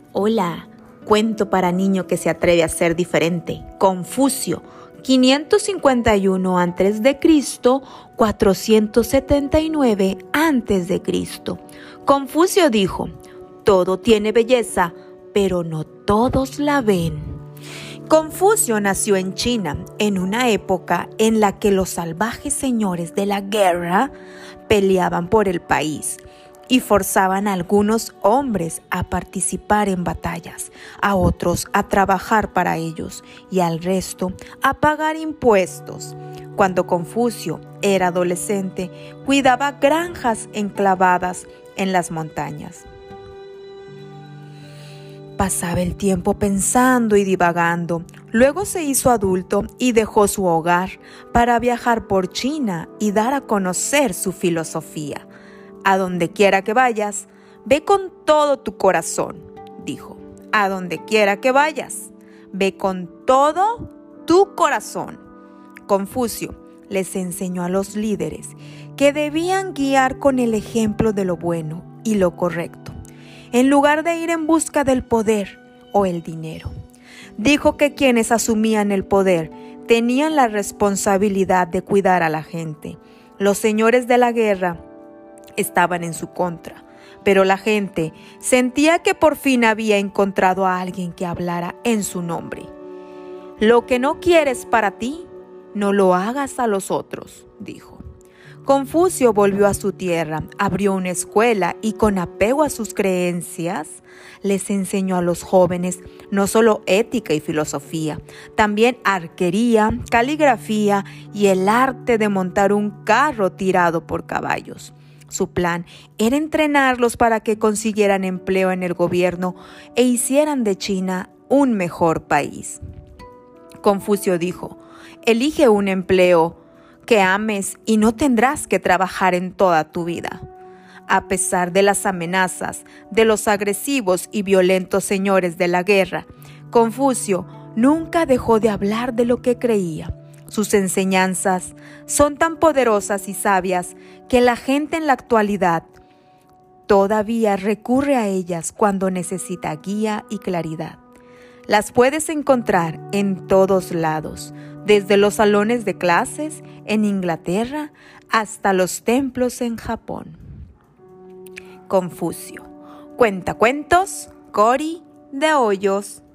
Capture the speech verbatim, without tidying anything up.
Hola, cuento para niño que se atreve a ser diferente. Confucio, quinientos cincuenta y uno antes de Cristo, cuatrocientos setenta y nueve antes de Cristo. Confucio dijo: todo tiene belleza, pero no todos la ven. Confucio nació en China, en una época en la que los salvajes señores de la guerra peleaban por el país y forzaban a algunos hombres a participar en batallas, a otros a trabajar para ellos y al resto a pagar impuestos. Cuando Confucio era adolescente, cuidaba granjas enclavadas en las montañas. Pasaba el tiempo pensando y divagando. Luego se hizo adulto y dejó su hogar para viajar por China y dar a conocer su filosofía. A donde quiera que vayas, ve con todo tu corazón, dijo. A donde quiera que vayas, ve con todo tu corazón. Confucio les enseñó a los líderes que debían guiar con el ejemplo de lo bueno y lo correcto, en lugar de ir en busca del poder o el dinero. Dijo que quienes asumían el poder tenían la responsabilidad de cuidar a la gente. Los señores de la guerra estaban en su contra, pero la gente sentía que por fin había encontrado a alguien que hablara en su nombre. Lo que no quieres para ti, no lo hagas a los otros, dijo. Confucio volvió a su tierra, abrió una escuela y con apego a sus creencias, les enseñó a los jóvenes no solo ética y filosofía, también arquería, caligrafía y el arte de montar un carro tirado por caballos. Su plan era entrenarlos para que consiguieran empleo en el gobierno e hicieran de China un mejor país. Confucio dijo: elige un empleo que ames y no tendrás que trabajar en toda tu vida. A pesar de las amenazas de los agresivos y violentos señores de la guerra, Confucio nunca dejó de hablar de lo que creía. Sus enseñanzas son tan poderosas y sabias que la gente en la actualidad todavía recurre a ellas cuando necesita guía y claridad. Las puedes encontrar en todos lados, desde los salones de clases en Inglaterra hasta los templos en Japón. Confucio. Cuentacuentos, Cori de Hoyos.